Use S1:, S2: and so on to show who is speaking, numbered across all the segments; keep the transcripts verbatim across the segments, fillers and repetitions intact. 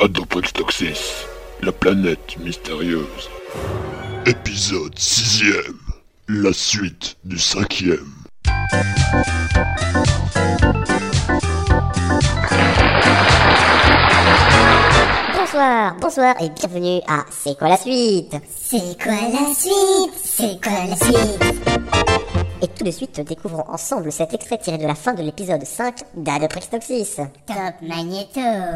S1: Adoprextoxis, la planète mystérieuse. Épisode sixième. La suite du cinquième.
S2: Bonsoir, bonsoir et bienvenue à C'est quoi la suite?
S3: C'est quoi la suite? C'est quoi la suite?
S2: Et tout de suite, découvrons ensemble cet extrait tiré de la fin de l'épisode cinq d'Adoprextoxis.
S3: Top Magnéto.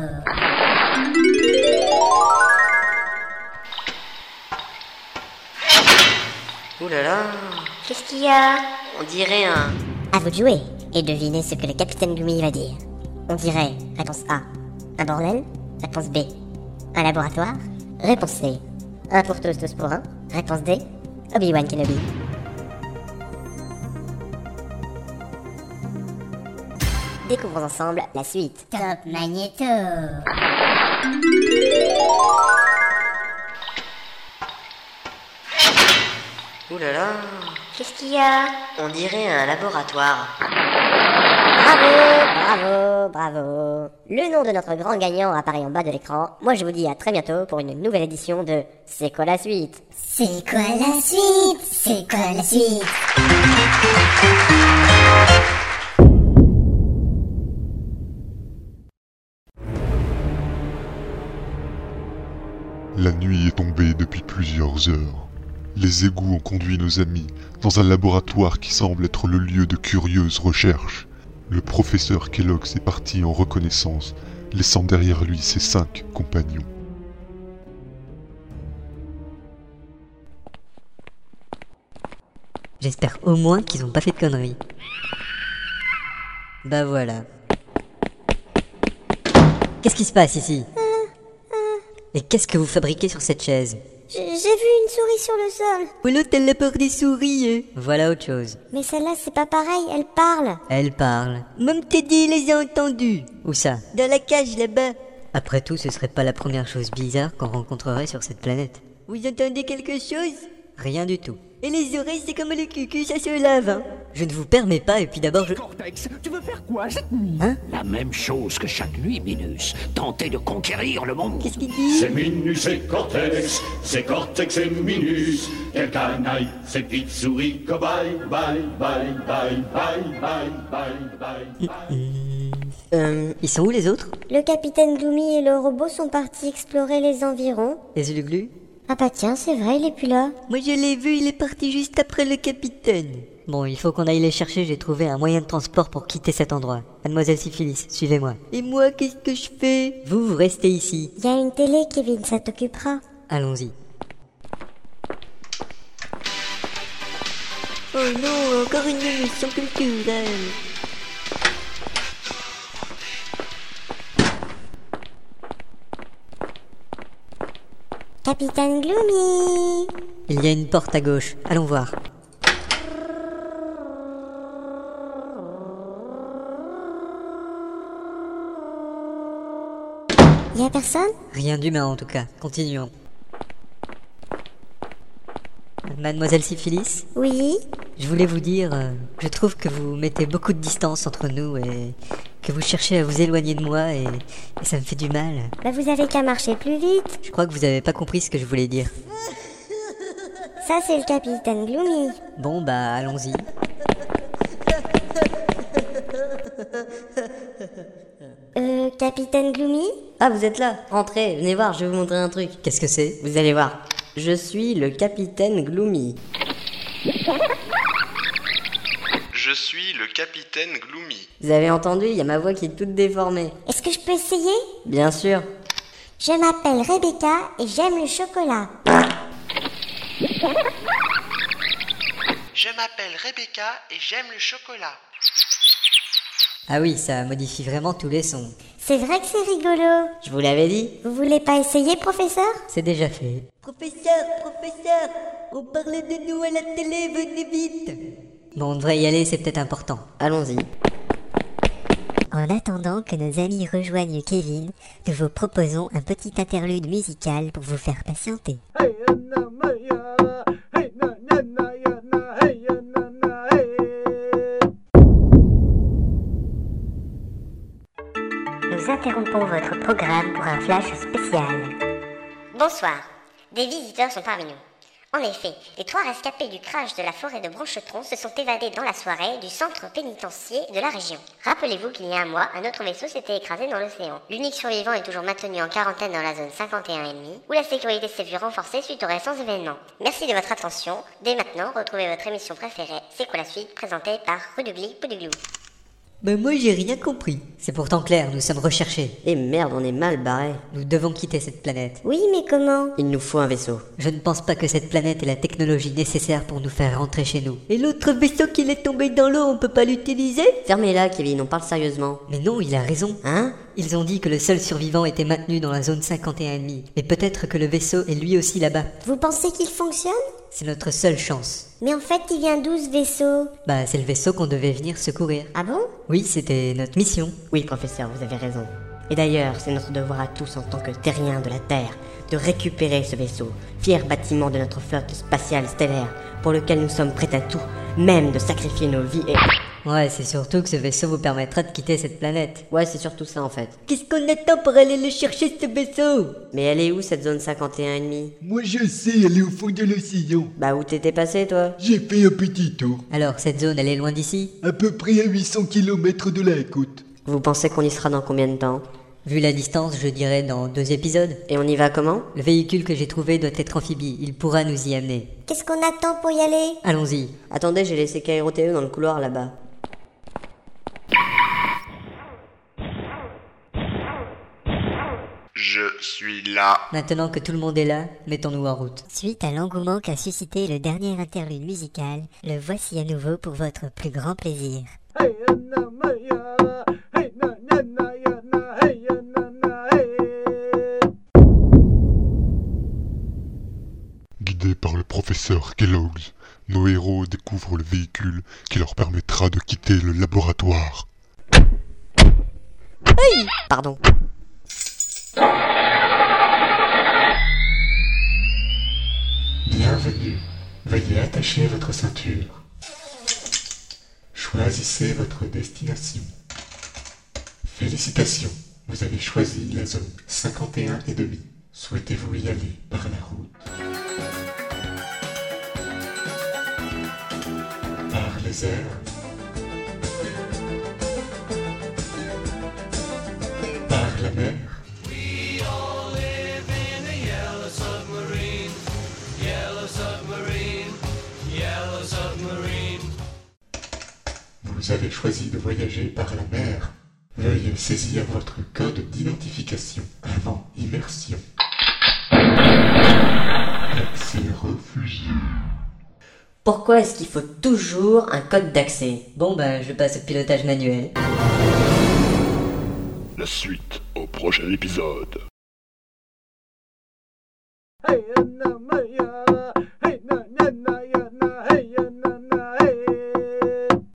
S4: Ouh là là, qu'est-ce qu'il y a? On dirait un...
S2: À vous de jouer et devinez ce que le capitaine Gloomy va dire. On dirait, réponse A, un bordel. Réponse B, un laboratoire. Réponse C, un pour tous, tous pour un. Réponse D, Obi-Wan Kenobi. Découvrons ensemble la suite.
S3: Top Magnéto.
S4: Ouh là là, qu'est-ce qu'il y a? On dirait un laboratoire.
S2: Bravo, bravo, bravo. Le nom de notre grand gagnant apparaît en bas de l'écran. Moi je vous dis à très bientôt pour une nouvelle édition de C'est quoi la suite?
S3: C'est quoi la suite? C'est quoi la suite?
S1: La nuit est tombée depuis plusieurs heures. Les égouts ont conduit nos amis dans un laboratoire qui semble être le lieu de curieuses recherches. Le professeur Kellogg est parti en reconnaissance, laissant derrière lui ses cinq compagnons.
S5: J'espère au moins qu'ils ont pas fait de conneries. Bah voilà. Qu'est-ce qui se passe ici? Et qu'est-ce que vous fabriquez sur cette chaise?
S6: J'ai vu une souris sur le sol.
S5: Ou l'autre elle a peur des souris, hein. Voilà autre chose.
S6: Mais celle-là c'est pas pareil, elle parle.
S5: Elle parle. Même Teddy les a entendus. Où ça? Dans la cage là-bas. Après tout, ce serait pas la première chose bizarre qu'on rencontrerait sur cette planète. Vous entendez quelque chose? Rien du tout. Et les oreilles c'est comme le cucu, ça se lave, hein. Je ne vous permets pas et puis d'abord je...
S7: Cortex, tu veux faire quoi cette nuit?
S5: Hein?
S7: La même chose que chaque nuit, Minus. Tenter de conquérir le monde.
S5: Qu'est-ce qu'il dit?
S8: C'est Minus, c'est Cortex, c'est Cortex et Minus. Quel canaille, ces petites souris, cobayes, bye, bye, bye, bye, bye, bye, bye, bye.
S5: Euh... Ils sont où les autres?
S6: Le capitaine Gloomy et le robot sont partis explorer les environs.
S5: Et Zuluglu?
S6: Ah bah tiens, c'est vrai, il est plus là.
S5: Moi je l'ai vu, il est parti juste après le capitaine. Bon, il faut qu'on aille les chercher, j'ai trouvé un moyen de transport pour quitter cet endroit. Mademoiselle Syphilis, suivez-moi. Et moi, qu'est-ce que je fais? Vous, vous restez ici.
S6: Il y a une télé, Kevin, ça t'occupera.
S5: Allons-y. Oh non, encore une émission culturelle.
S6: Capitaine Gloomy.
S5: Il y a une porte à gauche, allons voir.
S6: Y a personne?
S5: Rien d'humain en tout cas, continuons. Mademoiselle Syphilis?
S6: Oui?
S5: Je voulais vous dire, euh, je trouve que vous mettez beaucoup de distance entre nous et que vous cherchez à vous éloigner de moi et, et ça me fait du mal.
S6: Bah vous avez qu'à marcher plus vite.
S5: Je crois que vous avez pas compris ce que je voulais dire.
S6: Ça c'est le capitaine Gloomy.
S5: Bon bah allons-y.
S6: Euh, capitaine Gloomy?
S4: Ah, vous êtes là? Rentrez, venez voir, je vais vous montrer un truc.
S5: Qu'est-ce que c'est?
S4: Vous allez voir. Je suis le capitaine Gloomy.
S9: Je suis le capitaine Gloomy.
S4: Vous avez entendu, il y a ma voix qui est toute déformée.
S6: Est-ce que je peux essayer?
S4: Bien sûr.
S6: Je m'appelle Rebecca et j'aime le chocolat.
S9: Je m'appelle Rebecca et j'aime le chocolat.
S5: Ah oui, ça modifie vraiment tous les sons.
S6: C'est vrai que c'est rigolo.
S4: Je vous l'avais dit.
S6: Vous voulez pas essayer, professeur?
S5: C'est déjà fait. Professeur, professeur, on parlait de nous à la télé, venez vite. Bon, on devrait y aller, c'est peut-être important.
S4: Allons-y.
S2: En attendant que nos amis rejoignent Kevin, nous vous proposons un petit interlude musical pour vous faire patienter. interrompons votre programme pour un flash spécial.
S3: Bonsoir. Des visiteurs sont parmi nous. En effet, les trois rescapés du crash de la forêt de Bronchetron se sont évadés dans la soirée du centre pénitentiaire de la région. Rappelez-vous qu'il y a un mois, un autre vaisseau s'était écrasé dans l'océan. L'unique survivant est toujours maintenu en quarantaine dans la zone cinquante et un virgule cinq, où la sécurité s'est vue renforcée suite aux récents événements. Merci de votre attention. Dès maintenant, retrouvez votre émission préférée, C'est quoi la suite, présentée par Rudugli Pouduglou.
S5: Ben moi j'ai rien compris. C'est pourtant clair, nous sommes recherchés.
S4: Et merde, on est mal barré.
S5: Nous devons quitter cette planète.
S6: Oui, mais comment?
S4: Il nous faut un vaisseau.
S5: Je ne pense pas que cette planète ait la technologie nécessaire pour nous faire rentrer chez nous. Et l'autre vaisseau qui est tombé dans l'eau, on peut pas l'utiliser?
S4: Fermez-la, Kevin, on parle sérieusement.
S5: Mais non, il a raison.
S4: Hein?
S5: Ils ont dit que le seul survivant était maintenu dans la zone cinquante et un virgule cinq. Mais peut-être que le vaisseau est lui aussi là-bas.
S6: Vous pensez qu'il fonctionne?
S5: C'est notre seule chance.
S6: Mais en fait, il vient d'où ce vaisseau?
S5: Bah, c'est le vaisseau qu'on devait venir secourir.
S6: Ah bon?
S5: Oui, c'était notre mission.
S4: Oui, professeur, vous avez raison. Et d'ailleurs, c'est notre devoir à tous en tant que terriens de la Terre de récupérer ce vaisseau, fier bâtiment de notre flotte spatiale stellaire, pour lequel nous sommes prêts à tout, même de sacrifier nos vies et...
S5: Ouais, c'est surtout que ce vaisseau vous permettra de quitter cette planète.
S4: Ouais, c'est surtout ça en fait.
S5: Qu'est-ce qu'on attend pour aller le chercher, ce vaisseau?
S4: Mais elle est où cette zone cinquante et un virgule cinq?
S10: Moi je sais, elle est au fond de l'océan.
S4: Bah où t'étais passé toi?
S10: J'ai fait un petit tour.
S5: Alors, cette zone, elle est loin d'ici?
S10: À peu près à huit cents kilomètres de la côte.
S4: Vous pensez qu'on y sera dans combien de temps?
S5: Vu la distance, je dirais dans deux épisodes.
S4: Et on y va comment?
S5: Le véhicule que j'ai trouvé doit être amphibie, il pourra nous y amener.
S6: Qu'est-ce qu'on attend pour y aller?
S5: Allons-y.
S4: Attendez, j'ai laissé K R O T E dans le couloir là-bas.
S11: Je suis là.
S5: Maintenant que tout le monde est là, mettons-nous en route.
S2: Suite à l'engouement qu'a suscité le dernier interlude musical, le voici à nouveau pour votre plus grand plaisir.
S1: Guidés par le professeur Kellogg's, nos héros découvrent le véhicule qui leur permettra de quitter le laboratoire.
S4: Hey! Pardon.
S12: Bienvenue. Veuillez attacher votre ceinture. Choisissez votre destination. Félicitations, vous avez choisi la zone cinquante et un et demi. Souhaitez-vous y aller par la route? Par les airs? Par la mer? Vous avez choisi de voyager par la mer. Veuillez saisir votre code d'identification avant immersion. Accès refugé.
S4: Pourquoi est-ce qu'il faut toujours un code d'accès?
S5: Bon ben, je passe au pilotage manuel.
S8: La suite au prochain épisode.
S10: Hey,